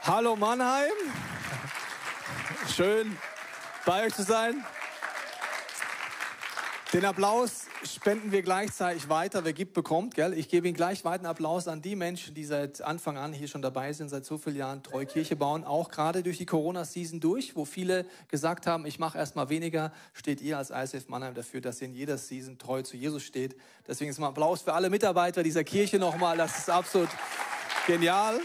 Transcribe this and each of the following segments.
Hallo Mannheim, schön bei euch zu sein. Den Applaus spenden wir gleichzeitig weiter. Wer gibt, bekommt, gell? Ich gebe Ihnen gleich weiter einen Applaus an die Menschen, die seit Anfang an hier schon dabei sind, seit so vielen Jahren treu Kirche bauen, auch gerade durch die Corona-Season durch, wo viele gesagt haben, ich mache erstmal weniger, steht ihr als ICF Mannheim dafür, dass ihr in jeder Season treu zu Jesus steht. Deswegen ist mal Applaus für alle Mitarbeiter dieser Kirche nochmal, das ist absolut genial.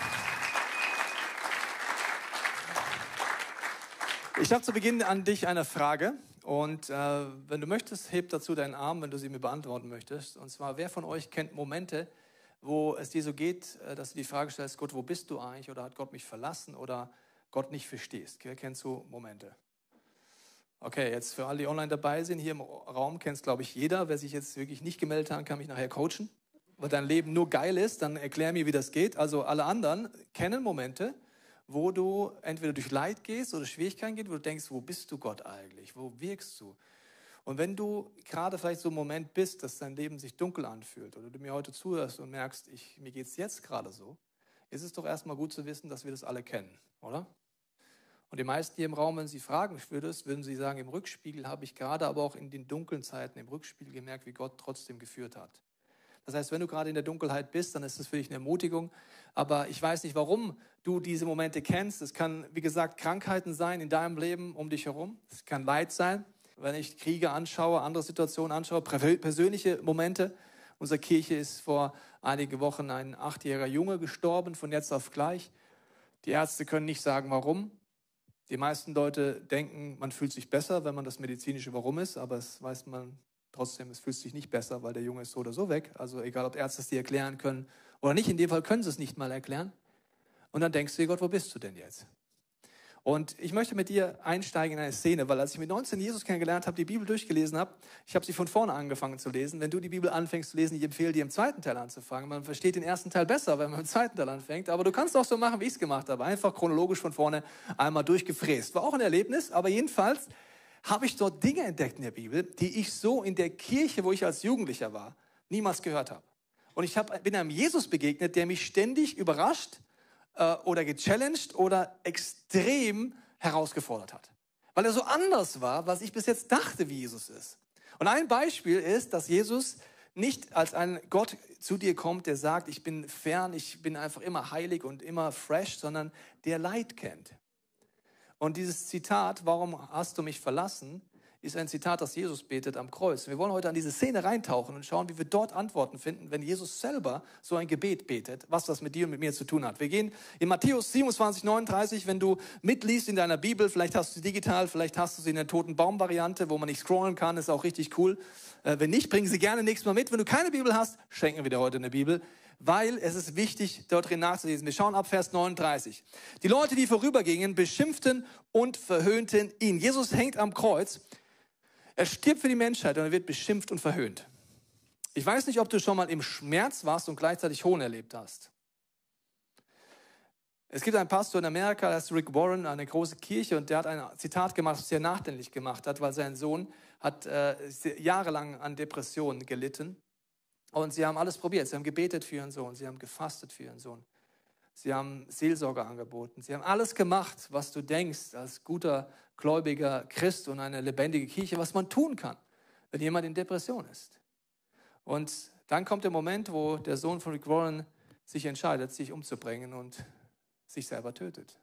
Ich habe zu Beginn an dich eine Frage. Und wenn du möchtest, heb dazu deinen Arm, wenn du sie mir beantworten möchtest. Und zwar, wer von euch kennt Momente, wo es dir so geht, dass du die Frage stellst, Gott, wo bist du eigentlich? Oder hat Gott mich verlassen? Oder Gott nicht verstehst? Wer kennt so Momente? Okay, jetzt für alle, die online dabei sind, hier im Raum kennt es, glaube ich, jeder. Wer sich jetzt wirklich nicht gemeldet hat, kann mich nachher coachen. Weil dein Leben nur geil ist, dann erklär mir, wie das geht. Also alle anderen kennen Momente, wo du entweder durch Leid gehst oder Schwierigkeiten geht, wo du denkst, wo bist du Gott eigentlich? Wo wirkst du? Und wenn du gerade vielleicht so einen Moment bist, dass dein Leben sich dunkel anfühlt oder du mir heute zuhörst und merkst, mir geht es jetzt gerade so, ist es doch erstmal gut zu wissen, dass wir das alle kennen, oder? Und die meisten hier im Raum, wenn sie fragen würdest, würden sie sagen, im Rückspiegel habe ich gerade, aber auch in den dunklen Zeiten im Rückspiegel gemerkt, wie Gott trotzdem geführt hat. Das heißt, wenn du gerade in der Dunkelheit bist, dann ist das für dich eine Ermutigung. Aber ich weiß nicht, warum du diese Momente kennst. Es kann, wie gesagt, Krankheiten sein in deinem Leben um dich herum. Es kann Leid sein, wenn ich Kriege anschaue, andere Situationen anschaue, persönliche Momente. Unsere Kirche ist vor einigen Wochen ein 8-jähriger Junge gestorben, von jetzt auf gleich. Die Ärzte können nicht sagen, warum. Die meisten Leute denken, man fühlt sich besser, wenn man das medizinische Warum ist, aber das weiß man trotzdem, es fühlt sich nicht besser, weil der Junge ist so oder so weg. Also egal, ob Ärzte es dir erklären können oder nicht, in dem Fall können sie es nicht mal erklären. Und dann denkst du dir, Gott, wo bist du denn jetzt? Und ich möchte mit dir einsteigen in eine Szene, weil als ich mit 19 Jesus kennengelernt habe, die Bibel durchgelesen habe, ich habe sie von vorne angefangen zu lesen. Wenn du die Bibel anfängst zu lesen, ich empfehle dir im zweiten Teil anzufangen. Man versteht den ersten Teil besser, wenn man im zweiten Teil anfängt. Aber du kannst auch so machen, wie ich es gemacht habe. Einfach chronologisch von vorne einmal durchgefräst. War auch ein Erlebnis, aber jedenfalls habe ich dort Dinge entdeckt in der Bibel, die ich so in der Kirche, wo ich als Jugendlicher war, niemals gehört habe. Und ich bin einem Jesus begegnet, der mich ständig überrascht oder gechallenged oder extrem herausgefordert hat. Weil er so anders war, was ich bis jetzt dachte, wie Jesus ist. Und ein Beispiel ist, dass Jesus nicht als ein Gott zu dir kommt, der sagt, ich bin fern, ich bin einfach immer heilig und immer fresh, sondern der Leid kennt. Und dieses Zitat, warum hast du mich verlassen, ist ein Zitat, das Jesus betet am Kreuz. Wir wollen heute an diese Szene reintauchen und schauen, wie wir dort Antworten finden, wenn Jesus selber so ein Gebet betet, was das mit dir und mit mir zu tun hat. Wir gehen in Matthäus 27, 39, wenn du mitliest in deiner Bibel, vielleicht hast du sie digital, vielleicht hast du sie in der toten Baum-Variante, wo man nicht scrollen kann, ist auch richtig cool. Wenn nicht, bringen sie gerne nächstes Mal mit. Wenn du keine Bibel hast, schenken wir dir heute eine Bibel, weil es ist wichtig, dort drin nachzulesen. Wir schauen ab Vers 39. Die Leute, die vorübergingen, beschimpften und verhöhnten ihn. Jesus hängt am Kreuz. Er stirbt für die Menschheit und er wird beschimpft und verhöhnt. Ich weiß nicht, ob du schon mal im Schmerz warst und gleichzeitig Hohn erlebt hast. Es gibt einen Pastor in Amerika, der ist Rick Warren, eine große Kirche, und der hat ein Zitat gemacht, das sehr nachdenklich gemacht hat, weil sein Sohn hat jahrelang an Depressionen gelitten. Und sie haben alles probiert. Sie haben gebetet für ihren Sohn, sie haben gefastet für ihren Sohn. Sie haben Seelsorge angeboten. Sie haben alles gemacht, was du denkst, als guter, gläubiger Christ und eine lebendige Kirche, was man tun kann, wenn jemand in Depression ist. Und dann kommt der Moment, wo der Sohn von Rick Warren sich entscheidet, sich umzubringen und sich selber tötet.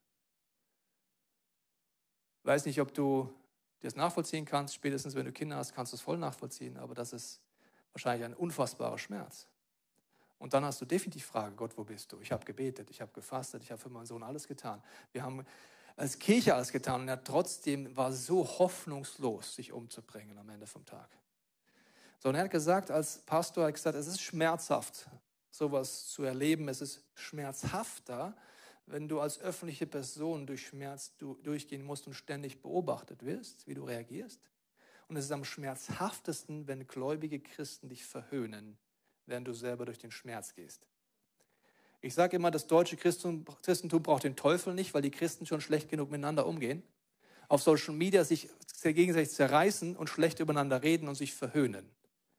Ich weiß nicht, ob du das nachvollziehen kannst. Spätestens, wenn du Kinder hast, kannst du es voll nachvollziehen. Aber das ist wahrscheinlich ein unfassbarer Schmerz. Und dann hast du definitiv Frage, Gott, wo bist du? Ich habe gebetet, ich habe gefastet, ich habe für meinen Sohn alles getan. Wir haben als Kirche alles getan und er trotzdem war so hoffnungslos, sich umzubringen am Ende vom Tag. So, und er hat gesagt, als Pastor, es ist schmerzhaft, sowas zu erleben. Es ist schmerzhafter, wenn du als öffentliche Person durch Schmerz durchgehen musst und ständig beobachtet wirst, wie du reagierst. Und es ist am schmerzhaftesten, wenn gläubige Christen dich verhöhnen, während du selber durch den Schmerz gehst. Ich sage immer, das deutsche Christentum braucht den Teufel nicht, weil die Christen schon schlecht genug miteinander umgehen. Auf Social Media sich gegenseitig zerreißen und schlecht übereinander reden und sich verhöhnen.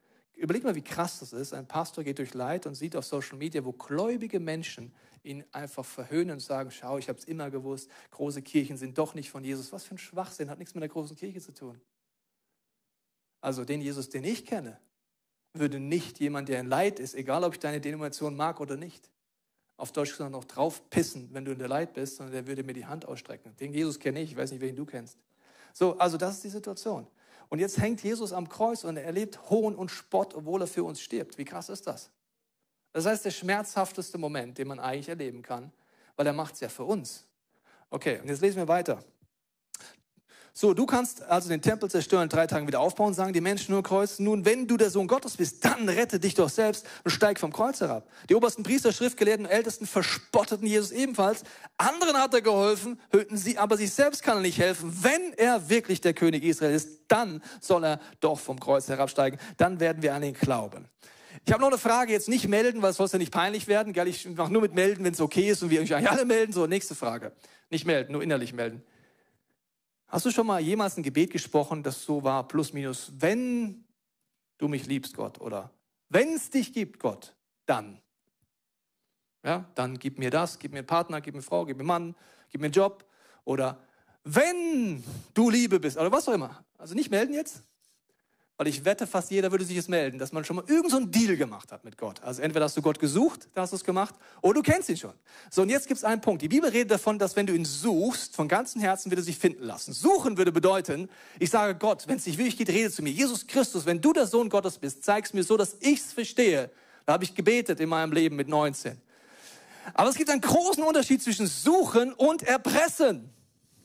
Überleg mal, wie krass das ist. Ein Pastor geht durch Leid und sieht auf Social Media, wo gläubige Menschen ihn einfach verhöhnen und sagen, schau, ich habe es immer gewusst, große Kirchen sind doch nicht von Jesus. Was für ein Schwachsinn, hat nichts mit der großen Kirche zu tun. Also den Jesus, den ich kenne, würde nicht jemand, der in Leid ist, egal ob ich deine Denomination mag oder nicht, auf Deutsch gesagt noch drauf pissen, wenn du in der Leid bist, sondern der würde mir die Hand ausstrecken. Den Jesus kenne ich weiß nicht, wen du kennst. So, also das ist die Situation. Und jetzt hängt Jesus am Kreuz und er erlebt Hohn und Spott, obwohl er für uns stirbt. Wie krass ist das? Das heißt, der schmerzhafteste Moment, den man eigentlich erleben kann, weil er macht es ja für uns. Okay, und jetzt lesen wir weiter. So, du kannst also den Tempel zerstören, in 3 Tagen wieder aufbauen, sagen die Menschen nur Kreuz. Nun, wenn du der Sohn Gottes bist, dann rette dich doch selbst und steig vom Kreuz herab. Die obersten Priester, Schriftgelehrten und Ältesten verspotteten Jesus ebenfalls. Anderen hat er geholfen, hörten sie, aber sich selbst kann er nicht helfen. Wenn er wirklich der König Israel ist, dann soll er doch vom Kreuz herabsteigen. Dann werden wir an ihn glauben. Ich habe noch eine Frage, jetzt nicht melden, weil es soll ja nicht peinlich werden. Gell? Ich mache nur mit melden, wenn es okay ist und wir euch alle melden. So, nächste Frage. Nicht melden, nur innerlich melden. Hast du schon mal jemals ein Gebet gesprochen, das so war, plus minus, wenn du mich liebst, Gott, oder wenn es dich gibt, Gott, dann. Ja, dann gib mir das, gib mir einen Partner, gib mir eine Frau, gib mir einen Mann, gib mir einen Job. Oder wenn du Liebe bist, oder was auch immer. Also nicht melden jetzt, weil ich wette, fast jeder würde sich jetzt melden, dass man schon mal irgend so einen Deal gemacht hat mit Gott. Also entweder hast du Gott gesucht, da hast du es gemacht, oder du kennst ihn schon. So, und jetzt gibt es einen Punkt. Die Bibel redet davon, dass wenn du ihn suchst, von ganzem Herzen wird er sich finden lassen. Suchen würde bedeuten, ich sage Gott, wenn es dich wirklich geht, rede zu mir. Jesus Christus, wenn du der Sohn Gottes bist, zeig es mir so, dass ich es verstehe. Da habe ich gebetet in meinem Leben mit 19. Aber es gibt einen großen Unterschied zwischen Suchen und Erpressen.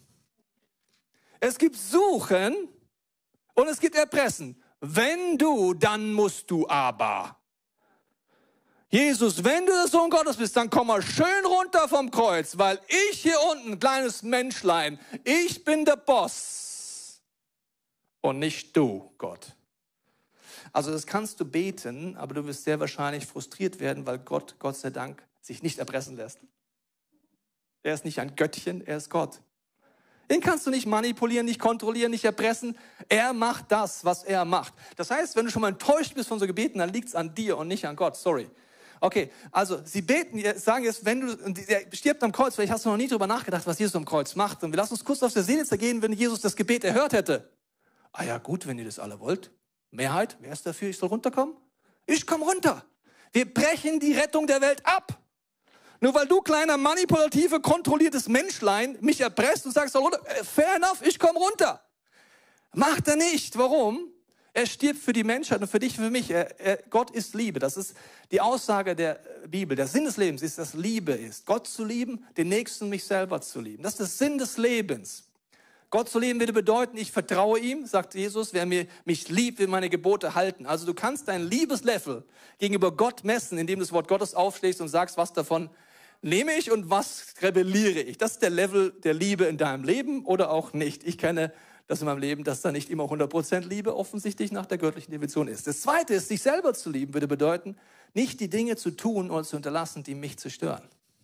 Es gibt Suchen und es gibt Erpressen. Wenn du, dann musst du aber. Jesus, wenn du der Sohn Gottes bist, dann komm mal schön runter vom Kreuz, weil ich hier unten, ein kleines Menschlein, ich bin der Boss und nicht du, Gott. Also das kannst du beten, aber du wirst sehr wahrscheinlich frustriert werden, weil Gott, Gott sei Dank, sich nicht erpressen lässt. Er ist nicht ein Göttchen, er ist Gott. Den kannst du nicht manipulieren, nicht kontrollieren, nicht erpressen. Er macht das, was er macht. Das heißt, wenn du schon mal enttäuscht bist von so Gebeten, dann liegt es an dir und nicht an Gott. Sorry. Okay, also sie beten, sagen jetzt, wenn du, er stirbt am Kreuz, vielleicht hast du noch nie darüber nachgedacht, was Jesus am Kreuz macht. Und wir lassen uns kurz auf der Seele zergehen, wenn Jesus das Gebet erhört hätte. Ah ja gut, wenn ihr das alle wollt. Mehrheit, wer ist dafür, ich soll runterkommen? Ich komme runter. Wir brechen die Rettung der Welt ab. Nur weil du, kleiner, manipulative, kontrolliertes Menschlein, mich erpresst und sagst, fair enough, ich komme runter. Macht er nicht. Warum? Er stirbt für die Menschheit und für dich und für mich. Gott ist Liebe. Das ist die Aussage der Bibel. Der Sinn des Lebens ist, dass Liebe ist. Gott zu lieben, den Nächsten, mich selber zu lieben. Das ist der Sinn des Lebens. Gott zu lieben würde bedeuten, ich vertraue ihm, sagt Jesus, wer mich liebt, will meine Gebote halten. Also du kannst dein Liebeslevel gegenüber Gott messen, indem du das Wort Gottes aufschlägst und sagst, was davon nehme ich und was rebelliere ich. Das ist der Level der Liebe in deinem Leben oder auch nicht. Ich kenne das in meinem Leben, dass da nicht immer 100% Liebe offensichtlich nach der göttlichen Definition ist. Das Zweite ist, sich selber zu lieben, würde bedeuten, nicht die Dinge zu tun oder zu unterlassen, die mich zerstören.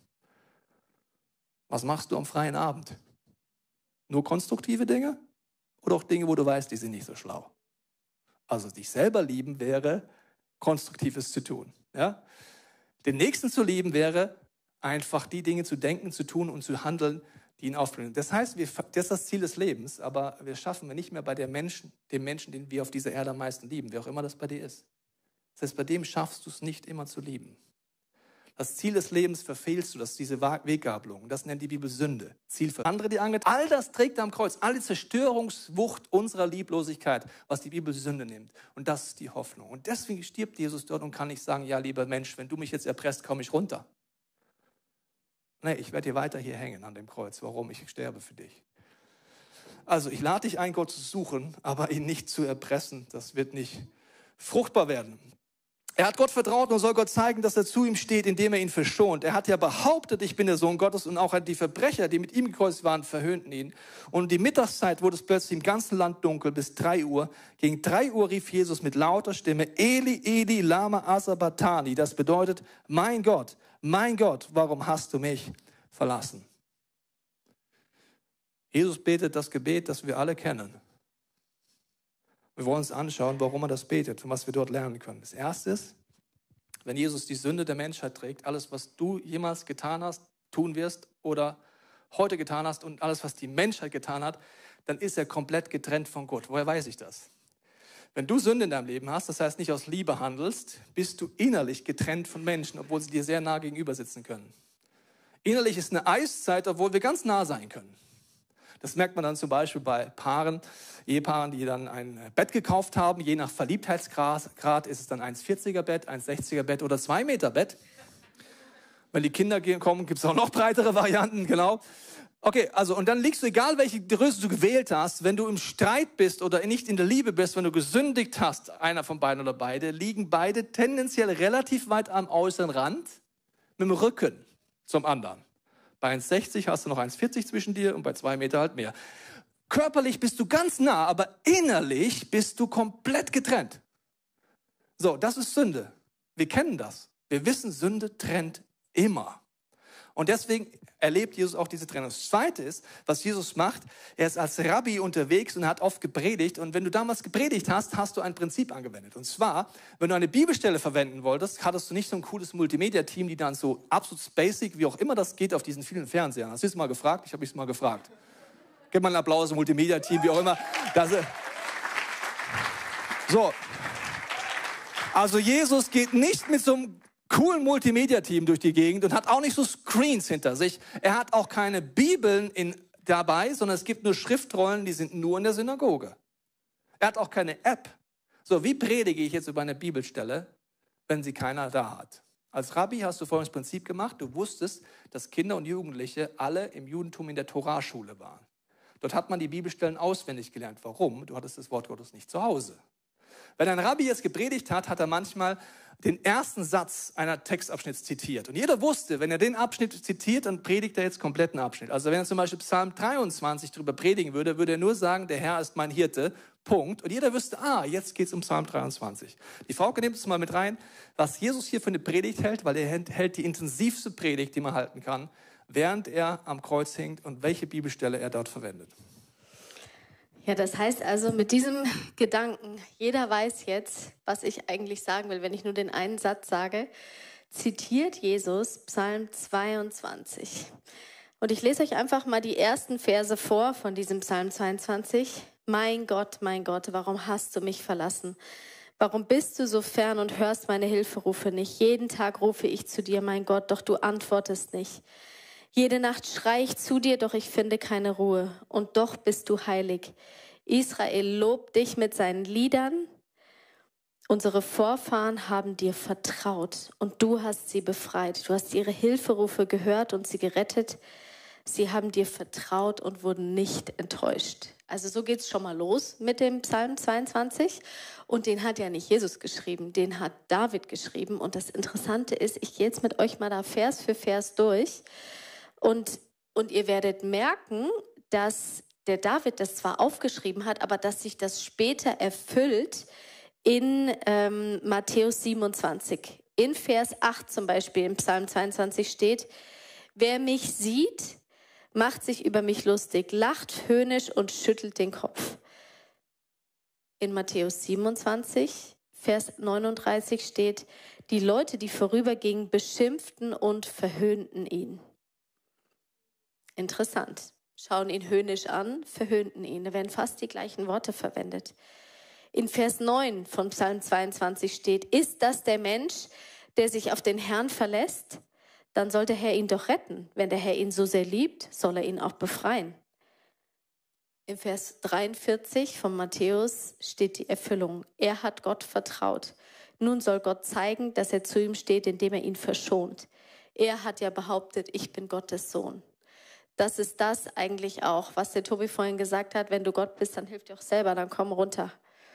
Was machst du am freien Abend? Nur konstruktive Dinge oder auch Dinge, wo du weißt, die sind nicht so schlau? Also dich selber lieben wäre, Konstruktives zu tun. Ja? Den Nächsten zu lieben wäre, einfach die Dinge zu denken, zu tun und zu handeln, die ihn aufbringen. Das heißt, das ist das Ziel des Lebens, aber wir schaffen wir nicht mehr bei dem Menschen, den wir auf dieser Erde am meisten lieben, wer auch immer das bei dir ist. Das heißt, bei dem schaffst du es nicht immer zu lieben. Das Ziel des Lebens verfehlst du, das ist diese Weggabelung. Das nennt die Bibel Sünde. Andere, die angeht, all das trägt er am Kreuz, all die Zerstörungswucht unserer Lieblosigkeit, was die Bibel Sünde nimmt. Und das ist die Hoffnung. Und deswegen stirbt Jesus dort und kann nicht sagen, ja, lieber Mensch, wenn du mich jetzt erpresst, komme ich runter. Nee, ich werde dir weiter hier hängen an dem Kreuz. Warum? Ich sterbe für dich. Also ich lade dich ein, Gott zu suchen, aber ihn nicht zu erpressen. Das wird nicht fruchtbar werden. Er hat Gott vertraut und soll Gott zeigen, dass er zu ihm steht, indem er ihn verschont. Er hat ja behauptet, ich bin der Sohn Gottes, und auch die Verbrecher, die mit ihm gekreuzigt waren, verhöhnten ihn. Und um die Mittagszeit wurde es plötzlich im ganzen Land dunkel bis 3 Uhr. Gegen 3 Uhr rief Jesus mit lauter Stimme, Eli, Eli, lama asabachthani. Das bedeutet, mein Gott, warum hast du mich verlassen? Jesus betet das Gebet, das wir alle kennen. Wir wollen uns anschauen, warum er das betet und was wir dort lernen können. Das Erste ist, wenn Jesus die Sünde der Menschheit trägt, alles, was du jemals getan hast, tun wirst oder heute getan hast und alles, was die Menschheit getan hat, dann ist er komplett getrennt von Gott. Woher weiß ich das? Wenn du Sünde in deinem Leben hast, das heißt nicht aus Liebe handelst, bist du innerlich getrennt von Menschen, obwohl sie dir sehr nah gegenüber sitzen können. Innerlich ist eine Eiszeit, obwohl wir ganz nah sein können. Das merkt man dann zum Beispiel bei Ehepaaren, die dann ein Bett gekauft haben. Je nach Verliebtheitsgrad ist es dann 1,40er Bett, 1,60er Bett oder 2 Meter Bett. Wenn die Kinder kommen, gibt es auch noch breitere Varianten, genau. Okay, also und dann liegst du, egal welche Größe du gewählt hast, wenn du im Streit bist oder nicht in der Liebe bist, wenn du gesündigt hast, einer von beiden oder beide, liegen beide tendenziell relativ weit am äußeren Rand mit dem Rücken zum anderen. Bei 1,60 hast du noch 1,40 zwischen dir und bei 2 Meter halt mehr. Körperlich bist du ganz nah, aber innerlich bist du komplett getrennt. So, das ist Sünde. Wir kennen das. Wir wissen, Sünde trennt immer. Und deswegen erlebt Jesus auch diese Trennung. Das Zweite ist, was Jesus macht, er ist als Rabbi unterwegs und hat oft gepredigt. Und wenn du damals gepredigt hast, hast du ein Prinzip angewendet. Und zwar, wenn du eine Bibelstelle verwenden wolltest, hattest du nicht so ein cooles Multimedia-Team, die dann so absolut basic, wie auch immer das geht, auf diesen vielen Fernsehern. Hast du es mal gefragt? Ich habe es mal gefragt. Gib mal einen Applaus, Multimedia-Team, wie auch immer. So. Also Jesus geht nicht mit so einem coolen Multimedia-Team durch die Gegend und hat auch nicht so Screens hinter sich. Er hat auch keine Bibeln dabei, sondern es gibt nur Schriftrollen, die sind nur in der Synagoge. Er hat auch keine App. So, wie predige ich jetzt über eine Bibelstelle, wenn sie keiner da hat? Als Rabbi hast du folgendes Prinzip gemacht. Du wusstest, dass Kinder und Jugendliche alle im Judentum in der Toraschule waren. Dort hat man die Bibelstellen auswendig gelernt. Warum? Du hattest das Wort Gottes nicht zu Hause. Wenn ein Rabbi jetzt gepredigt hat, hat er manchmal den ersten Satz einer Textabschnitts zitiert. Und jeder wusste, wenn er den Abschnitt zitiert, dann predigt er jetzt kompletten Abschnitt. Also wenn er zum Beispiel Psalm 23 darüber predigen würde, würde er nur sagen, der Herr ist mein Hirte, Punkt. Und jeder wüsste, jetzt geht es um Psalm 23. Die Frauke nimmt es mal mit rein, was Jesus hier für eine Predigt hält, weil er hält die intensivste Predigt, die man halten kann, während er am Kreuz hängt und welche Bibelstelle er dort verwendet. Ja, das heißt also mit diesem Gedanken, jeder weiß jetzt, was ich eigentlich sagen will, wenn ich nur den einen Satz sage, zitiert Jesus Psalm 22. Und ich lese euch einfach mal die ersten Verse vor von diesem Psalm 22. Mein Gott, warum hast du mich verlassen? Warum bist du so fern und hörst meine Hilferufe nicht? Jeden Tag rufe ich zu dir, mein Gott, doch du antwortest nicht. Jede Nacht schrei ich zu dir, doch ich finde keine Ruhe. Und doch bist du heilig. Israel lobt dich mit seinen Liedern. Unsere Vorfahren haben dir vertraut und du hast sie befreit. Du hast ihre Hilferufe gehört und sie gerettet. Sie haben dir vertraut und wurden nicht enttäuscht. Also so geht es schon mal los mit dem Psalm 22. Und den hat ja nicht Jesus geschrieben, den hat David geschrieben. Und das Interessante ist, ich gehe jetzt mit euch mal da Vers für Vers durch. Und ihr werdet merken, dass der David das zwar aufgeschrieben hat, aber dass sich das später erfüllt in Matthäus 27. In Vers 8 zum Beispiel, im Psalm 22 steht, wer mich sieht, macht sich über mich lustig, lacht höhnisch und schüttelt den Kopf. In Matthäus 27, Vers 39 steht, die Leute, die vorübergingen, beschimpften und verhöhnten ihn. Interessant. Schauen ihn höhnisch an, verhöhnten ihn. Da werden fast die gleichen Worte verwendet. In Vers 9 von Psalm 22 steht, ist das der Mensch, der sich auf den Herrn verlässt? Dann soll der Herr ihn doch retten. Wenn der Herr ihn so sehr liebt, soll er ihn auch befreien. In Vers 43 von Matthäus steht die Erfüllung. Er hat Gott vertraut. Nun soll Gott zeigen, dass er zu ihm steht, indem er ihn verschont. Er hat ja behauptet, ich bin Gottes Sohn. Das ist das eigentlich auch, was der Tobi vorhin gesagt hat, wenn du Gott bist, dann hilf dir auch selber, dann komm runter.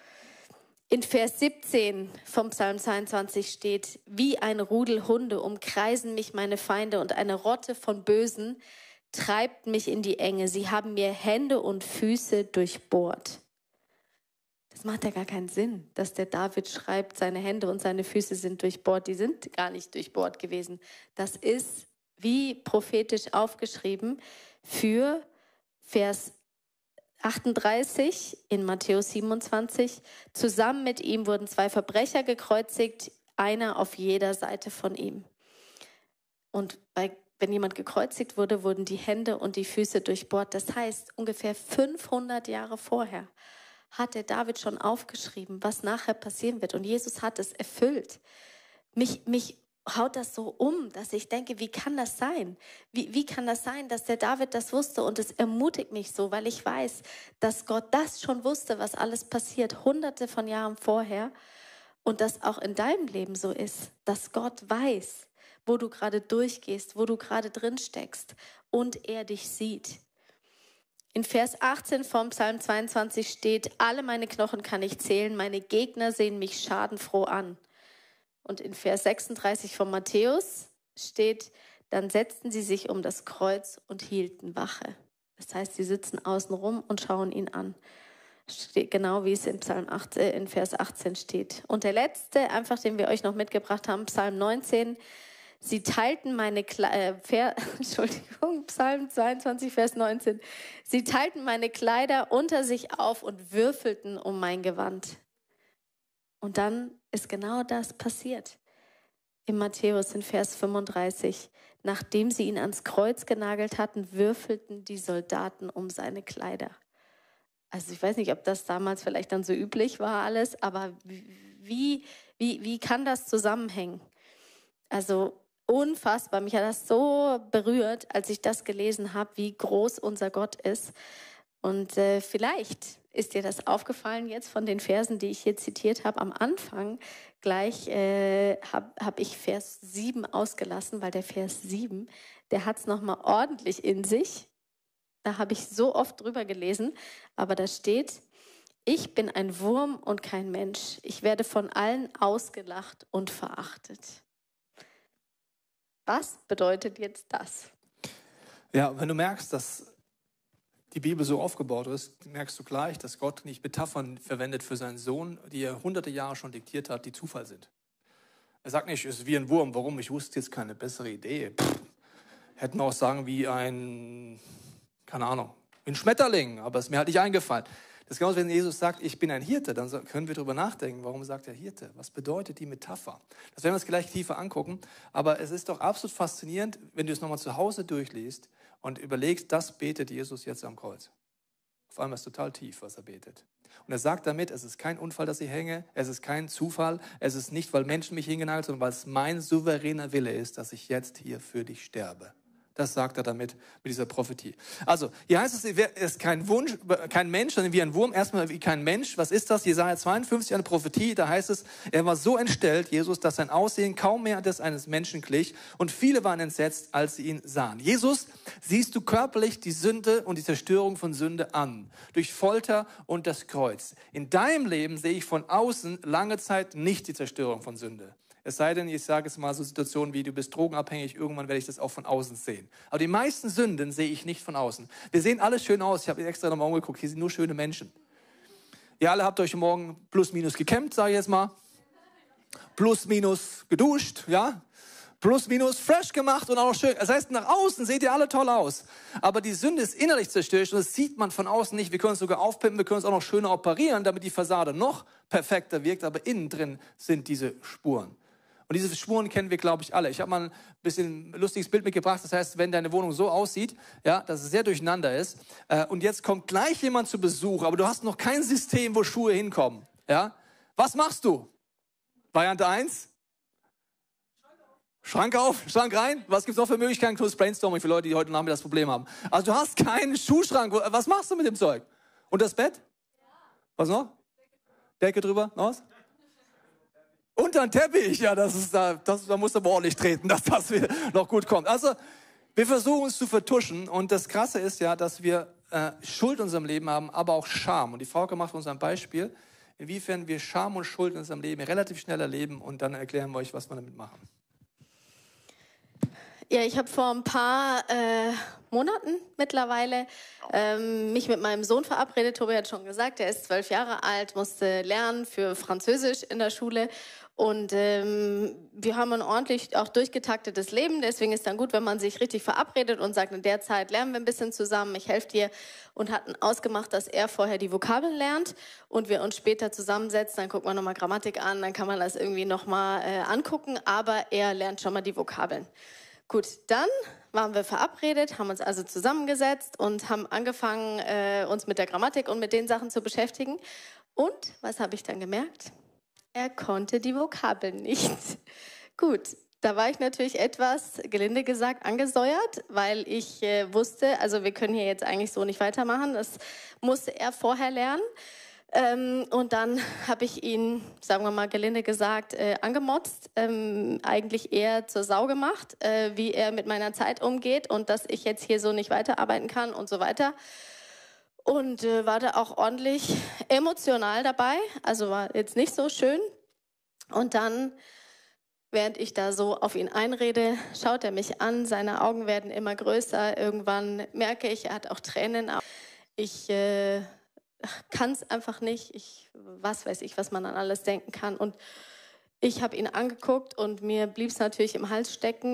In Vers 17 vom Psalm 22 steht, wie ein Rudel Hunde umkreisen mich meine Feinde und eine Rotte von Bösen treibt mich in die Enge. Sie haben mir Hände und Füße durchbohrt. Das macht ja gar keinen Sinn, dass der David schreibt, seine Hände und seine Füße sind durchbohrt. Die sind gar nicht durchbohrt gewesen. Das ist wie prophetisch aufgeschrieben für Vers 38 in Matthäus 27. Zusammen mit ihm wurden 2 Verbrecher gekreuzigt, einer auf jeder Seite von ihm. Und wenn jemand gekreuzigt wurde, wurden die Hände und die Füße durchbohrt. Das heißt, ungefähr 500 Jahre vorher hat der David schon aufgeschrieben, was nachher passieren wird. Und Jesus hat es erfüllt. Mich haut das so um, dass ich denke, wie kann das sein? Wie kann das sein, dass der David das wusste? Und es ermutigt mich so, weil ich weiß, dass Gott das schon wusste, was alles passiert, hunderte von Jahren vorher. Und das auch in deinem Leben so ist, dass Gott weiß, wo du gerade durchgehst, wo du gerade drin steckst und er dich sieht. In Vers 18 vom Psalm 22 steht, alle meine Knochen kann ich zählen, meine Gegner sehen mich schadenfroh an. Und in Vers 36 von Matthäus steht, dann setzten sie sich um das Kreuz und hielten Wache. Das heißt, sie sitzen außen rum und schauen ihn an. Steht genau wie es in Vers 18 steht. Und der letzte, einfach den wir euch noch mitgebracht haben, Psalm 19, sie teilten meine Psalm 22, Vers 19. Sie teilten meine Kleider unter sich auf und würfelten um mein Gewand. Und dann ist genau das passiert. In Matthäus in Vers 35. Nachdem sie ihn ans Kreuz genagelt hatten, würfelten die Soldaten um seine Kleider. Also ich weiß nicht, ob das damals vielleicht dann so üblich war alles, aber wie kann das zusammenhängen? Also unfassbar. Mich hat das so berührt, als ich das gelesen habe, wie groß unser Gott ist. Und vielleicht ist dir das aufgefallen jetzt von den Versen, die ich hier zitiert habe. Am Anfang gleich hab ich Vers 7 ausgelassen, weil der Vers 7, der hat es nochmal ordentlich in sich. Da habe ich so oft drüber gelesen, aber da steht, ich bin ein Wurm und kein Mensch. Ich werde von allen ausgelacht und verachtet. Was bedeutet jetzt das? Ja, wenn du merkst, dass die Bibel so aufgebaut ist, merkst du gleich, dass Gott nicht Metaphern verwendet für seinen Sohn, die er hunderte Jahre schon diktiert hat, die Zufall sind. Er sagt nicht, es ist wie ein Wurm. Warum? Ich wusste jetzt keine bessere Idee. Hätten wir auch sagen wie ein, keine Ahnung, wie ein Schmetterling, aber es ist mir halt nicht eingefallen. Das ist genauso, wenn Jesus sagt, ich bin ein Hirte, dann können wir darüber nachdenken, warum sagt er Hirte? Was bedeutet die Metapher? Das werden wir uns gleich tiefer angucken, aber es ist doch absolut faszinierend, wenn du es nochmal zu Hause durchliest und überlegst, das betet Jesus jetzt am Kreuz. Auf einmal ist total tief, was er betet. Und er sagt damit, es ist kein Unfall, dass ich hänge, es ist kein Zufall, es ist nicht, weil Menschen mich hingenagelt, sondern weil es mein souveräner Wille ist, dass ich jetzt hier für dich sterbe. Das sagt er damit, mit dieser Prophetie. Also, hier heißt es, er ist kein Mensch, sondern wie ein Wurm. Erstmal wie kein Mensch. Was ist das? Jesaja 52, eine Prophetie. Da heißt es, er war so entstellt, Jesus, dass sein Aussehen kaum mehr des eines Menschen glich. Und viele waren entsetzt, als sie ihn sahen. Jesus, siehst du körperlich die Sünde und die Zerstörung von Sünde an. Durch Folter und das Kreuz. In deinem Leben sehe ich von außen lange Zeit nicht die Zerstörung von Sünde. Es sei denn, ich sage es mal, so Situationen wie, du bist drogenabhängig, irgendwann werde ich das auch von außen sehen. Aber die meisten Sünden sehe ich nicht von außen. Wir sehen alle schön aus. Ich habe extra nochmal umgeguckt. Hier sind nur schöne Menschen. Ihr alle habt euch morgen plus minus gekämmt, sage ich jetzt mal. Plus minus geduscht, ja. Plus minus fresh gemacht und auch noch schön. Das heißt, nach außen seht ihr alle toll aus. Aber die Sünde ist innerlich zerstört und das sieht man von außen nicht. Wir können es sogar aufpimpen, wir können es auch noch schöner operieren, damit die Fassade noch perfekter wirkt. Aber innen drin sind diese Spuren. Und diese Spuren kennen wir, glaube ich, alle. Ich habe mal ein bisschen ein lustiges Bild mitgebracht. Das heißt, wenn deine Wohnung so aussieht, ja, dass es sehr durcheinander ist, und jetzt kommt gleich jemand zu Besuch, aber du hast noch kein System, wo Schuhe hinkommen. Ja? Was machst du? Variante 1? Schrank auf, Schrank rein. Was gibt es noch für Möglichkeiten? Close Brainstorming für Leute, die heute Nachmittag das Problem haben. Also du hast keinen Schuhschrank. Was machst du mit dem Zeug? Und das Bett? Was noch? Decke drüber? Noch was? Unter den Teppich, ja, da musst du aber ordentlich treten, dass das wieder noch gut kommt. Also, wir versuchen es zu vertuschen und das Krasse ist ja, dass wir Schuld in unserem Leben haben, aber auch Scham. Und die Frauke macht uns ein Beispiel, inwiefern wir Scham und Schuld in unserem Leben relativ schnell erleben und dann erklären wir euch, was wir damit machen. Ja, ich habe vor ein paar Monaten mittlerweile mich mit meinem Sohn verabredet. Tobi hat schon gesagt, er ist 12 Jahre alt, musste lernen für Französisch in der Schule. Und wir haben ein ordentlich auch durchgetaktetes Leben. Deswegen ist dann gut, wenn man sich richtig verabredet und sagt, in der Zeit lernen wir ein bisschen zusammen, ich helfe dir. Und hatten ausgemacht, dass er vorher die Vokabeln lernt und wir uns später zusammensetzen. Dann guckt man nochmal Grammatik an, dann kann man das irgendwie nochmal angucken. Aber er lernt schon mal die Vokabeln. Gut, dann waren wir verabredet, haben uns also zusammengesetzt und haben angefangen, uns mit der Grammatik und mit den Sachen zu beschäftigen. Und was habe ich dann gemerkt? Er konnte die Vokabeln nicht. Gut, da war ich natürlich etwas, gelinde gesagt, angesäuert, weil ich wusste, also wir können hier jetzt eigentlich so nicht weitermachen. Das musste er vorher lernen. Und dann habe ich ihn, sagen wir mal gelinde gesagt, angemotzt, eigentlich eher zur Sau gemacht, wie er mit meiner Zeit umgeht und dass ich jetzt hier so nicht weiterarbeiten kann und so weiter. Und war da auch ordentlich emotional dabei, also war jetzt nicht so schön. Und dann, während ich da so auf ihn einrede, schaut er mich an, seine Augen werden immer größer. Irgendwann merke ich, er hat auch Tränen. Ich kann es einfach nicht. Was weiß ich, was man an alles denken kann. Und ich habe ihn angeguckt und mir blieb es natürlich im Hals stecken.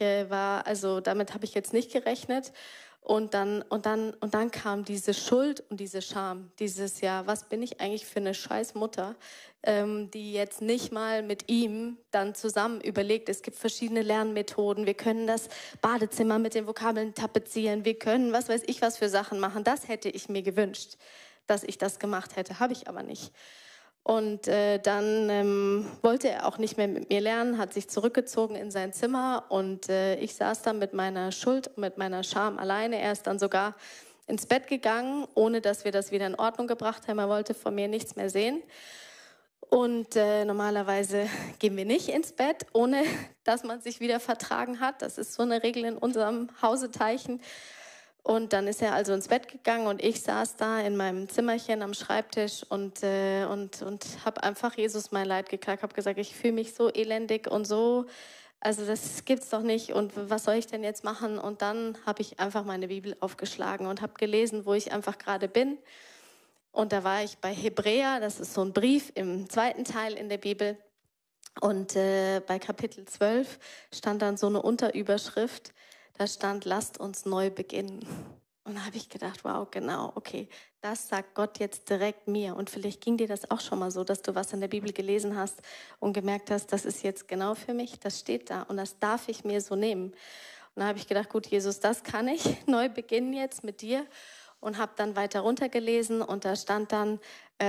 Damit habe ich jetzt nicht gerechnet. Und dann kam diese Schuld und diese Scham, dieses, ja, was bin ich eigentlich für eine scheiß Mutter, die jetzt nicht mal mit ihm dann zusammen überlegt, es gibt verschiedene Lernmethoden, wir können das Badezimmer mit den Vokabeln tapezieren, wir können was weiß ich was für Sachen machen. Das hätte ich mir gewünscht, dass ich das gemacht hätte, habe ich aber nicht. Und dann wollte er auch nicht mehr mit mir lernen, hat sich zurückgezogen in sein Zimmer und ich saß dann mit meiner Schuld und mit meiner Scham alleine. Er ist dann sogar ins Bett gegangen, ohne dass wir das wieder in Ordnung gebracht haben. Er wollte von mir nichts mehr sehen. Und normalerweise gehen wir nicht ins Bett, ohne dass man sich wieder vertragen hat. Das ist so eine Regel in unserem Hauseteichen. Und dann ist er also ins Bett gegangen und ich saß da in meinem Zimmerchen am Schreibtisch und habe einfach Jesus mein Leid geklagt, habe gesagt, ich fühle mich so elendig und so, also das gibt's doch nicht und was soll ich denn jetzt machen? Und dann habe ich einfach meine Bibel aufgeschlagen und habe gelesen, wo ich einfach gerade bin. Und da war ich bei Hebräer, das ist so ein Brief im zweiten Teil in der Bibel. Und bei Kapitel 12 stand dann so eine Unterüberschrift, da stand, lasst uns neu beginnen. Und da habe ich gedacht, wow, genau, okay, das sagt Gott jetzt direkt mir. Und vielleicht ging dir das auch schon mal so, dass du was in der Bibel gelesen hast und gemerkt hast, das ist jetzt genau für mich, das steht da und das darf ich mir so nehmen. Und da habe ich gedacht, gut, Jesus, das kann ich neu beginnen jetzt mit dir. Und habe dann weiter runtergelesen und da stand dann,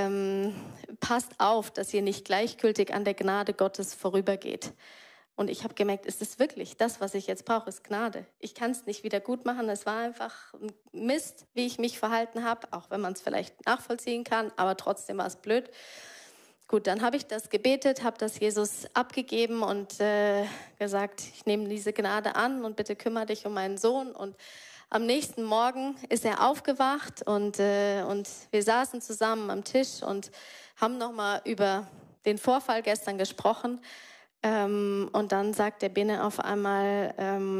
passt auf, dass ihr nicht gleichgültig an der Gnade Gottes vorübergeht. Und ich habe gemerkt, ist es wirklich das, was ich jetzt brauche, ist Gnade. Ich kann es nicht wieder gut machen. Es war einfach ein Mist, wie ich mich verhalten habe, auch wenn man es vielleicht nachvollziehen kann, aber trotzdem war es blöd. Gut, dann habe ich das gebetet, habe das Jesus abgegeben und gesagt, ich nehme diese Gnade an und bitte kümmere dich um meinen Sohn. Und am nächsten Morgen ist er aufgewacht und wir saßen zusammen am Tisch und haben nochmal über den Vorfall gestern gesprochen. Und dann sagt der Bene auf einmal,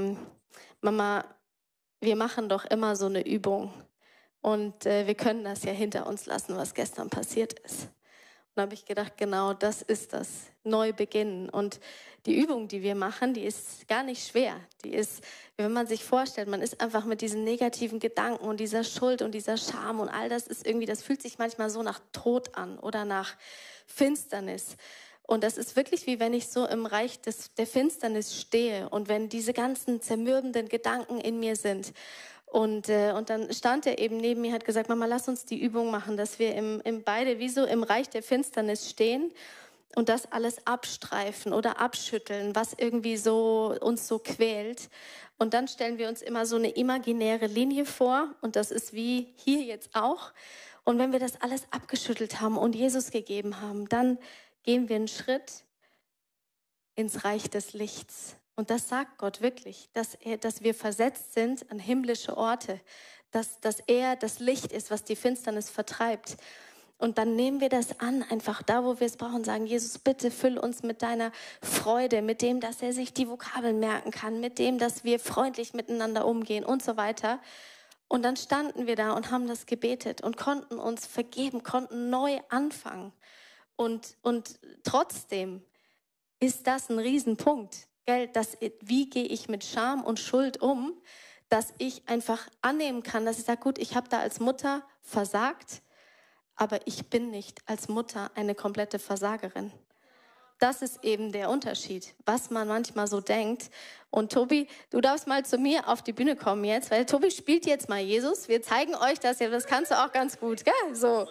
Mama, wir machen doch immer so eine Übung und wir können das ja hinter uns lassen, was gestern passiert ist. Und da habe ich gedacht, genau das ist das, neu beginnen. Und die Übung, die wir machen, die ist gar nicht schwer. Die ist, wenn man sich vorstellt, man ist einfach mit diesen negativen Gedanken und dieser Schuld und dieser Scham und all das ist irgendwie, das fühlt sich manchmal so nach Tod an oder nach Finsternis. Und das ist wirklich wie wenn ich so im Reich der Finsternis stehe und wenn diese ganzen zermürbenden Gedanken in mir sind. Und dann stand er eben neben mir, hat gesagt, Mama, lass uns die Übung machen, dass wir beide wie so im Reich der Finsternis stehen und das alles abstreifen oder abschütteln, was irgendwie so uns so quält. Und dann stellen wir uns immer so eine imaginäre Linie vor und das ist wie hier jetzt auch. Und wenn wir das alles abgeschüttelt haben und Jesus gegeben haben, dann gehen wir einen Schritt ins Reich des Lichts. Und das sagt Gott wirklich, dass wir versetzt sind an himmlische Orte, dass er das Licht ist, was die Finsternis vertreibt. Und dann nehmen wir das an, einfach da, wo wir es brauchen, sagen, Jesus, bitte füll uns mit deiner Freude, mit dem, dass er sich die Vokabeln merken kann, mit dem, dass wir freundlich miteinander umgehen und so weiter. Und dann standen wir da und haben das gebetet und konnten uns vergeben, konnten neu anfangen. Und trotzdem ist das ein Riesenpunkt. Gell? Wie gehe ich mit Scham und Schuld um, dass ich einfach annehmen kann, dass ich sage, gut, ich habe da als Mutter versagt, aber ich bin nicht als Mutter eine komplette Versagerin. Das ist eben der Unterschied, was man manchmal so denkt. Und Tobi, du darfst mal zu mir auf die Bühne kommen jetzt, weil Tobi spielt jetzt mal Jesus. Wir zeigen euch das ja, das kannst du auch ganz gut, gell? So.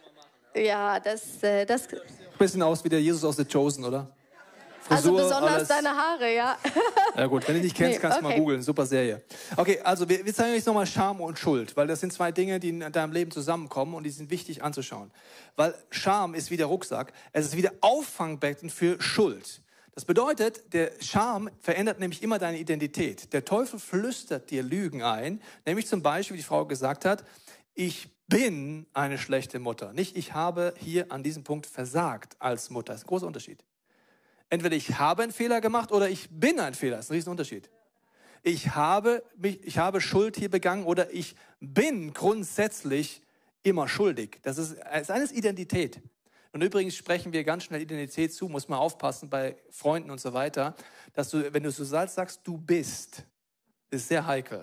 Ja, das Ein bisschen aus wie der Jesus aus The Chosen, oder? Also Frisur, besonders alles. deine Haare, ja. Ja gut, wenn du dich kennst, kannst du mal googeln. Super Serie. Okay, also wir zeigen euch nochmal Scham und Schuld, weil das sind zwei Dinge, die in deinem Leben zusammenkommen und die sind wichtig anzuschauen. Weil Scham ist wie der Rucksack, es ist wie der Auffangbecken für Schuld. Das bedeutet, der Scham verändert nämlich immer deine Identität. Der Teufel flüstert dir Lügen ein, nämlich zum Beispiel, wie die Frau gesagt hat, ich bin eine schlechte Mutter. Nicht, ich habe hier an diesem Punkt versagt als Mutter. Das ist ein großer Unterschied. Entweder ich habe einen Fehler gemacht oder ich bin ein Fehler. Das ist ein Riesenunterschied. Ich habe Schuld hier begangen oder ich bin grundsätzlich immer schuldig. Das ist alles Identität. Und übrigens sprechen wir ganz schnell Identität zu, muss man aufpassen bei Freunden und so weiter, dass du, wenn du so sagst, du bist, ist sehr heikel.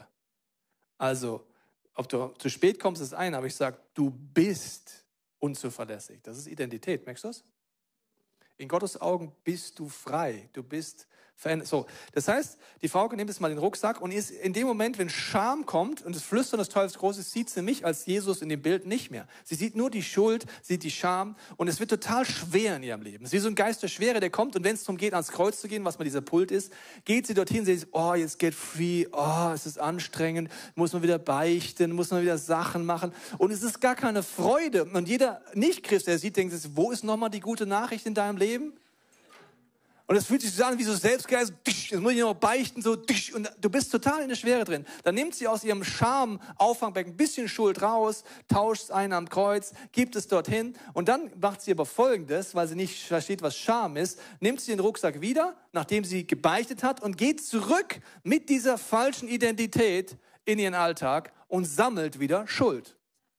Also, ob du zu spät kommst, ist ein, aber ich sage, du bist unzuverlässig. Das ist Identität, merkst du das? In Gottes Augen bist du frei, du bist verändert. So, das heißt, die Frau nimmt jetzt mal den Rucksack und ist in dem Moment, wenn Scham kommt und das Flüstern des Teufels groß ist, sieht sie mich als Jesus in dem Bild nicht mehr. Sie sieht nur die Schuld, sieht die Scham und es wird total schwer in ihrem Leben. Es ist wie so ein Geist der Schwere, der kommt und wenn es darum geht, ans Kreuz zu gehen, was mal dieser Pult ist, geht sie dorthin, sie sagt, oh, jetzt get free, oh, es ist anstrengend, muss man wieder beichten, muss man wieder Sachen machen und es ist gar keine Freude. Und jeder Nicht-Christ, der sieht, denkt, wo ist nochmal die gute Nachricht in deinem Leben? Und es fühlt sich so an wie so Selbstgeist, jetzt muss ich noch beichten, so, und du bist total in der Schwere drin. Dann nimmt sie aus ihrem Scham-Auffangbecken ein bisschen Schuld raus, tauscht es ein am Kreuz, gibt es dorthin und dann macht sie aber Folgendes, weil sie nicht versteht, was Scham ist, nimmt sie den Rucksack wieder, nachdem sie gebeichtet hat und geht zurück mit dieser falschen Identität in ihren Alltag und sammelt wieder Schuld.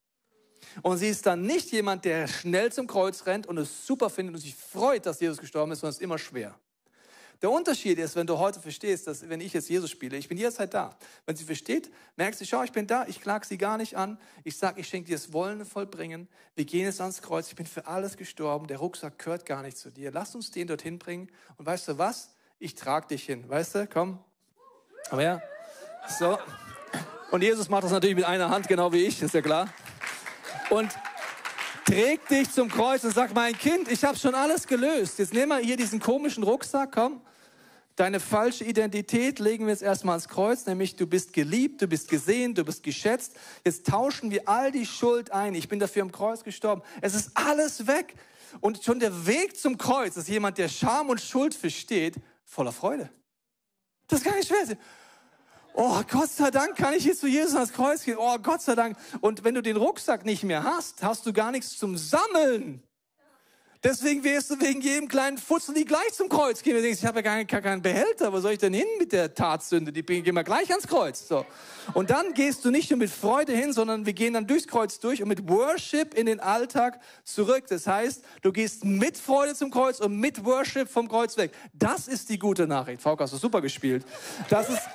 Und sie ist dann nicht jemand, der schnell zum Kreuz rennt und es super findet und sich freut, dass Jesus gestorben ist, sondern es ist immer schwer. Der Unterschied ist, wenn du heute verstehst, dass wenn ich jetzt Jesus spiele, ich bin jederzeit da. Wenn sie versteht, merkst du, schau, ich bin da, ich klage sie gar nicht an. Ich sage, ich schenke dir das Wollen vollbringen. Wir gehen jetzt ans Kreuz, ich bin für alles gestorben. Der Rucksack gehört gar nicht zu dir. Lass uns den dorthin bringen. Und weißt du was? Ich trage dich hin. Weißt du, komm. Aber ja, so. Und Jesus macht das natürlich mit einer Hand, genau wie ich, ist ja klar. Und trägt dich zum Kreuz und sagt, mein Kind, ich habe schon alles gelöst. Jetzt nehmen wir hier diesen komischen Rucksack, komm. Deine falsche Identität legen wir jetzt erstmal ans Kreuz, nämlich du bist geliebt, du bist gesehen, du bist geschätzt. Jetzt tauschen wir all die Schuld ein. Ich bin dafür am Kreuz gestorben. Es ist alles weg. Und schon der Weg zum Kreuz ist jemand, der Scham und Schuld versteht, voller Freude. Das ist gar nicht schwer. Oh, Gott sei Dank kann ich jetzt zu Jesus ans Kreuz gehen. Oh, Gott sei Dank. Und wenn du den Rucksack nicht mehr hast, hast du gar nichts zum Sammeln. Deswegen wirst du wegen jedem kleinen Futzeli gleich zum Kreuz gehen. Du denkst, ich habe ja gar keinen Behälter. Wo soll ich denn hin mit der Tatsünde? Die gehen wir gleich ans Kreuz. So. Und dann gehst du nicht nur mit Freude hin, sondern wir gehen dann durchs Kreuz durch und mit Worship in den Alltag zurück. Das heißt, du gehst mit Freude zum Kreuz und mit Worship vom Kreuz weg. Das ist die gute Nachricht. Vauke, hast du super gespielt. Das ist...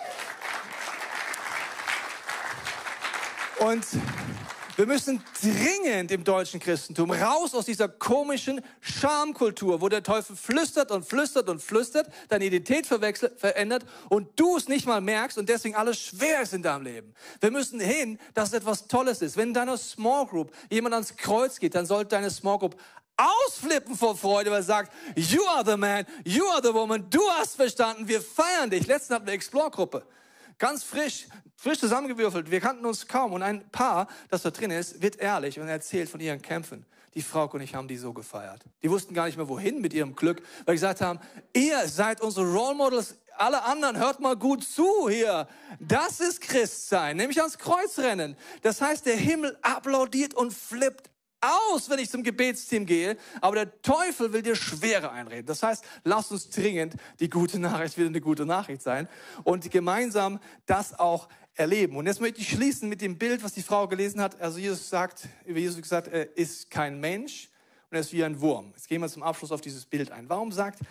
Und wir müssen dringend im deutschen Christentum raus aus dieser komischen Schamkultur, wo der Teufel flüstert und flüstert und flüstert, deine Identität verändert und du es nicht mal merkst und deswegen alles schwer ist in deinem Leben. Wir müssen hin, dass es etwas Tolles ist. Wenn in deiner Small Group jemand ans Kreuz geht, dann sollte deine Small Group ausflippen vor Freude, weil er sagt, you are the man, you are the woman, du hast verstanden, wir feiern dich. Letztens hatten wir eine Explore-Gruppe. Ganz frisch zusammengewürfelt. Wir kannten uns kaum. Und ein Paar, das da drin ist, wird ehrlich und erzählt von ihren Kämpfen. Die Frau und ich haben die so gefeiert. Die wussten gar nicht mehr, wohin mit ihrem Glück, weil sie gesagt haben, ihr seid unsere Role Models. Alle anderen, hört mal gut zu hier. Das ist Christsein, nämlich ans Kreuz rennen. Das heißt, der Himmel applaudiert und flippt aus, wenn ich zum Gebetsteam gehe, aber der Teufel will dir Schwere einreden. Das heißt, lass uns dringend die gute Nachricht wieder eine gute Nachricht sein und gemeinsam das auch erleben. Und jetzt möchte ich schließen mit dem Bild, was die Frau gelesen hat. Also Jesus sagt, über Jesus gesagt, er ist kein Mensch und er ist wie ein Wurm. Jetzt gehen wir zum Abschluss auf dieses Bild ein. Warum sagt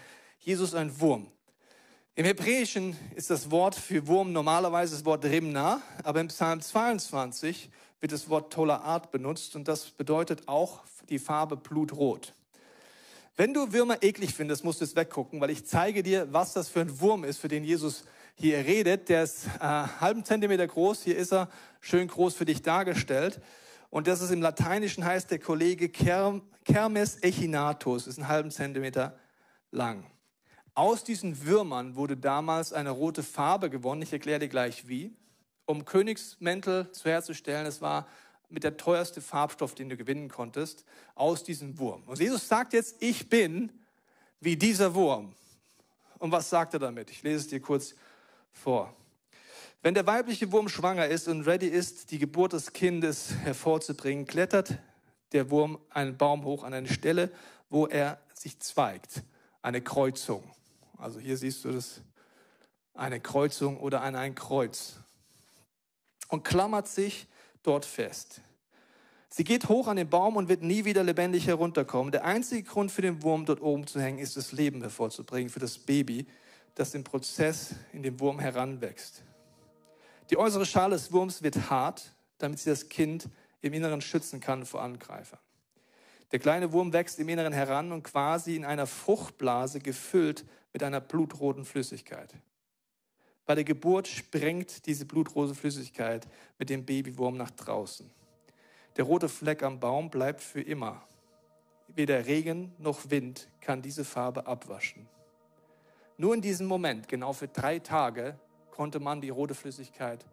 Jesus ein Wurm. Im Hebräischen ist das Wort für Wurm normalerweise das Wort Rimna, aber im Psalm 22 wird das Wort Tolaat benutzt und das bedeutet auch die Farbe blutrot. Wenn du Würmer eklig findest, musst du es weggucken, weil ich zeige dir, was das für ein Wurm ist, für den Jesus hier redet. Der ist halben Zentimeter groß, hier ist er schön groß für dich dargestellt. Und das ist im Lateinischen heißt der Kollege Kermes echinatus, ist einen halben Zentimeter lang. Aus diesen Würmern wurde damals eine rote Farbe gewonnen. Ich erkläre dir gleich wie. Um Königsmäntel herzustellen, es war mit der teuerste Farbstoff, den du gewinnen konntest, aus diesem Wurm. Und Jesus sagt jetzt, ich bin wie dieser Wurm. Und was sagt er damit? Ich lese es dir kurz vor. Wenn der weibliche Wurm schwanger ist und ready ist, die Geburt des Kindes hervorzubringen, klettert der Wurm einen Baum hoch an eine Stelle, wo er sich zweigt. Eine Kreuzung. Also hier siehst du das, eine Kreuzung oder an ein Kreuz. Und klammert sich dort fest. Sie geht hoch an den Baum und wird nie wieder lebendig herunterkommen. Der einzige Grund für den Wurm dort oben zu hängen, ist das Leben hervorzubringen für das Baby, das im Prozess in den Wurm heranwächst. Die äußere Schale des Wurms wird hart, damit sie das Kind im Inneren schützen kann vor Angreifern. Der kleine Wurm wächst im Inneren heran und quasi in einer Fruchtblase gefüllt mit einer blutroten Flüssigkeit. Bei der Geburt sprengt diese blutrote Flüssigkeit mit dem Babywurm nach draußen. Der rote Fleck am Baum bleibt für immer. Weder Regen noch Wind kann diese Farbe abwaschen. Nur in diesem Moment, genau für 3 Tage, konnte man die rote Flüssigkeit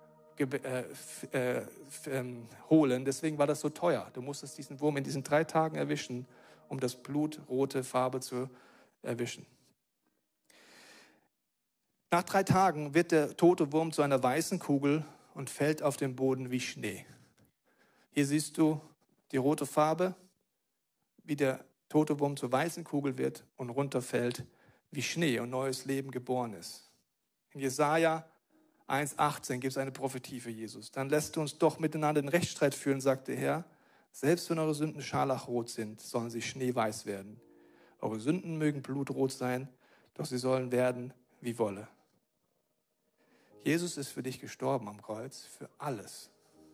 holen. Deswegen war das so teuer. Du musstest diesen Wurm in diesen 3 Tagen erwischen, um das blutrote Farbe zu erwischen. Nach 3 Tagen wird der tote Wurm zu einer weißen Kugel und fällt auf den Boden wie Schnee. Hier siehst du die rote Farbe, wie der tote Wurm zur weißen Kugel wird und runterfällt wie Schnee und neues Leben geboren ist. In Jesaja 1,18 gibt es eine Prophetie für Jesus. Dann lässt du uns doch miteinander den Rechtsstreit führen, sagt der Herr. Selbst wenn eure Sünden scharlachrot sind, sollen sie schneeweiß werden. Eure Sünden mögen blutrot sein, doch sie sollen werden wie Wolle. Jesus ist für dich gestorben am Kreuz, für alles.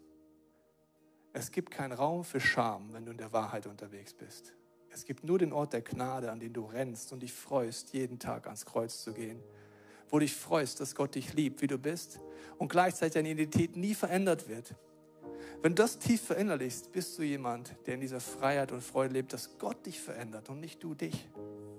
Es gibt keinen Raum für Scham, wenn du in der Wahrheit unterwegs bist. Es gibt nur den Ort der Gnade, an den du rennst und dich freust, jeden Tag ans Kreuz zu gehen. Wo du dich freust, dass Gott dich liebt, wie du bist und gleichzeitig deine Identität nie verändert wird. Wenn du das tief verinnerlichst, bist du jemand, der in dieser Freiheit und Freude lebt, dass Gott dich verändert und nicht du dich.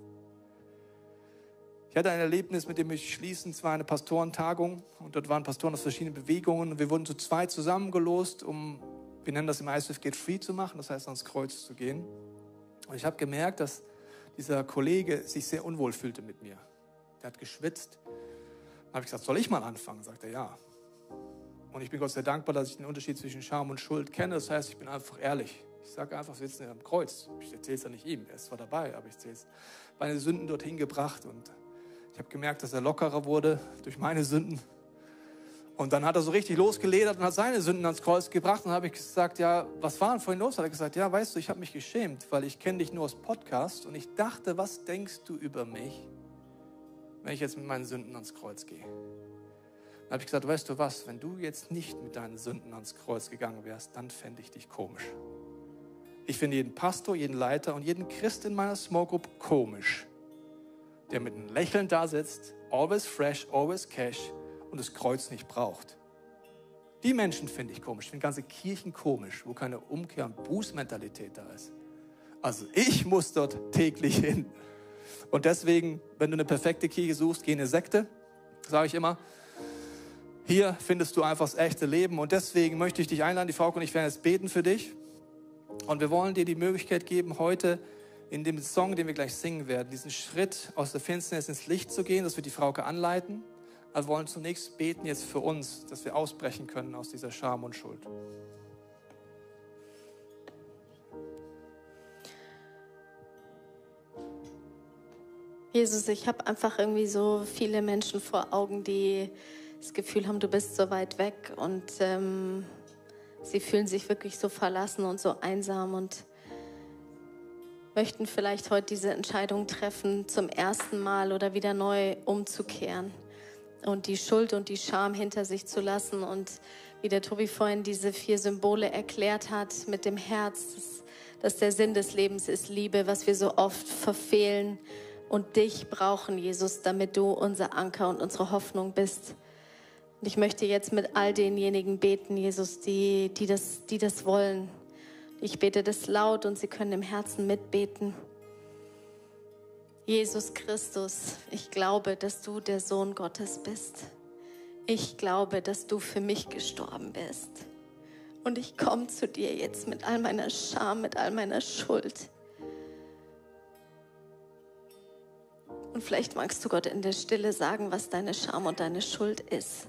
Ich hatte ein Erlebnis, mit dem ich schließen, es war eine Pastorentagung und dort waren Pastoren aus verschiedenen Bewegungen und wir wurden zu 2 zusammengelost, um, wir nennen das im ISF Get Free zu machen, das heißt ans Kreuz zu gehen. Und ich habe gemerkt, dass dieser Kollege sich sehr unwohl fühlte mit mir. Der hat geschwitzt. Dann habe ich gesagt, soll ich mal anfangen? Sagt er, ja. Und ich bin Gott sehr dankbar, dass ich den Unterschied zwischen Scham und Schuld kenne. Das heißt, ich bin einfach ehrlich. Ich sage einfach, wir sitzen am Kreuz. Ich erzähle es ja nicht ihm, er ist zwar dabei, aber ich erzähle es. Meine Sünden dorthin gebracht und ich habe gemerkt, dass er lockerer wurde durch meine Sünden. Und dann hat er so richtig losgeledert und hat seine Sünden ans Kreuz gebracht. Und dann habe ich gesagt, ja, was war denn vorhin los? Hat er gesagt, ja, weißt du, ich habe mich geschämt, weil ich kenne dich nur aus Podcast. Und ich dachte, was denkst du über mich, wenn ich jetzt mit meinen Sünden ans Kreuz gehe? Dann habe ich gesagt, weißt du was, wenn du jetzt nicht mit deinen Sünden ans Kreuz gegangen wärst, dann fände ich dich komisch. Ich finde jeden Pastor, jeden Leiter und jeden Christ in meiner Small Group komisch, der mit einem Lächeln da sitzt, always fresh, always cash und das Kreuz nicht braucht. Die Menschen finde ich komisch. Ich finde ganze Kirchen komisch, wo keine Umkehr- und Bußmentalität da ist. Also ich muss dort täglich hin. Und deswegen, wenn du eine perfekte Kirche suchst, geh in eine Sekte, sage ich immer. Hier findest du einfach das echte Leben. Und deswegen möchte ich dich einladen, die Frau und ich werden jetzt beten für dich. Und wir wollen dir die Möglichkeit geben, heute in dem Song, den wir gleich singen werden, diesen Schritt aus der Finsternis ins Licht zu gehen. Das wird die Frauke anleiten. Wir wollen zunächst beten jetzt für uns, dass wir ausbrechen können aus dieser Scham und Schuld. Jesus, ich habe einfach irgendwie so viele Menschen vor Augen, die das Gefühl haben, du bist so weit weg und sie fühlen sich wirklich so verlassen und so einsam und möchten vielleicht heute diese Entscheidung treffen, zum ersten Mal oder wieder neu umzukehren und die Schuld und die Scham hinter sich zu lassen. Und wie der Tobi vorhin diese 4 Symbole erklärt hat mit dem Herz, dass der Sinn des Lebens ist Liebe, was wir so oft verfehlen und dich brauchen, Jesus, damit du unser Anker und unsere Hoffnung bist. Und ich möchte jetzt mit all denjenigen beten, Jesus, die das wollen. Ich bete das laut und sie können im Herzen mitbeten. Jesus Christus, ich glaube, dass du der Sohn Gottes bist. Ich glaube, dass du für mich gestorben bist. Und ich komme zu dir jetzt mit all meiner Scham, mit all meiner Schuld. Und vielleicht magst du Gott in der Stille sagen, was deine Scham und deine Schuld ist.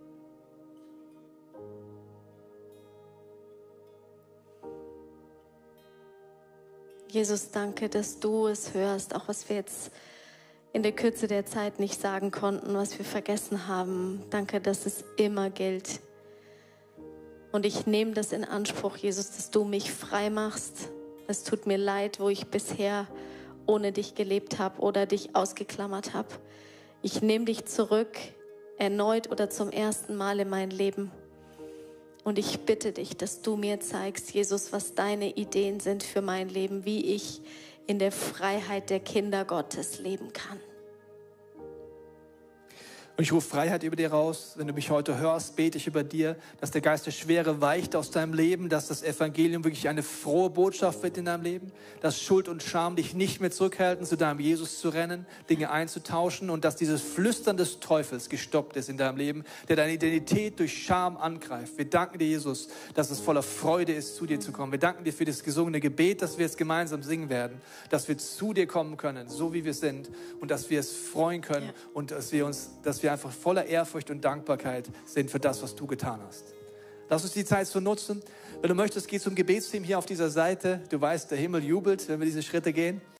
Jesus, danke, dass du es hörst, auch was wir jetzt in der Kürze der Zeit nicht sagen konnten, was wir vergessen haben. Danke, dass es immer gilt. Und ich nehme das in Anspruch, Jesus, dass du mich frei machst. Es tut mir leid, wo ich bisher ohne dich gelebt habe oder dich ausgeklammert habe. Ich nehme dich zurück, erneut oder zum ersten Mal in mein Leben. Und ich bitte dich, dass du mir zeigst, Jesus, was deine Ideen sind für mein Leben, wie ich in der Freiheit der Kinder Gottes leben kann. Und ich rufe Freiheit über dir raus. Wenn du mich heute hörst, bete ich über dir, dass der Geist der Schwere weicht aus deinem Leben, dass das Evangelium wirklich eine frohe Botschaft wird in deinem Leben, dass Schuld und Scham dich nicht mehr zurückhalten, zu deinem Jesus zu rennen, Dinge einzutauschen und dass dieses Flüstern des Teufels gestoppt ist in deinem Leben, der deine Identität durch Scham angreift. Wir danken dir, Jesus, dass es voller Freude ist, zu dir zu kommen. Wir danken dir für das gesungene Gebet, das wir jetzt gemeinsam singen werden, dass wir zu dir kommen können, so wie wir sind und dass wir es freuen können und dass wir einfach voller Ehrfurcht und Dankbarkeit sind für das, was du getan hast. Lass uns die Zeit so nutzen. Wenn du möchtest, geh zum Gebetsteam hier auf dieser Seite. Du weißt, der Himmel jubelt, wenn wir diese Schritte gehen.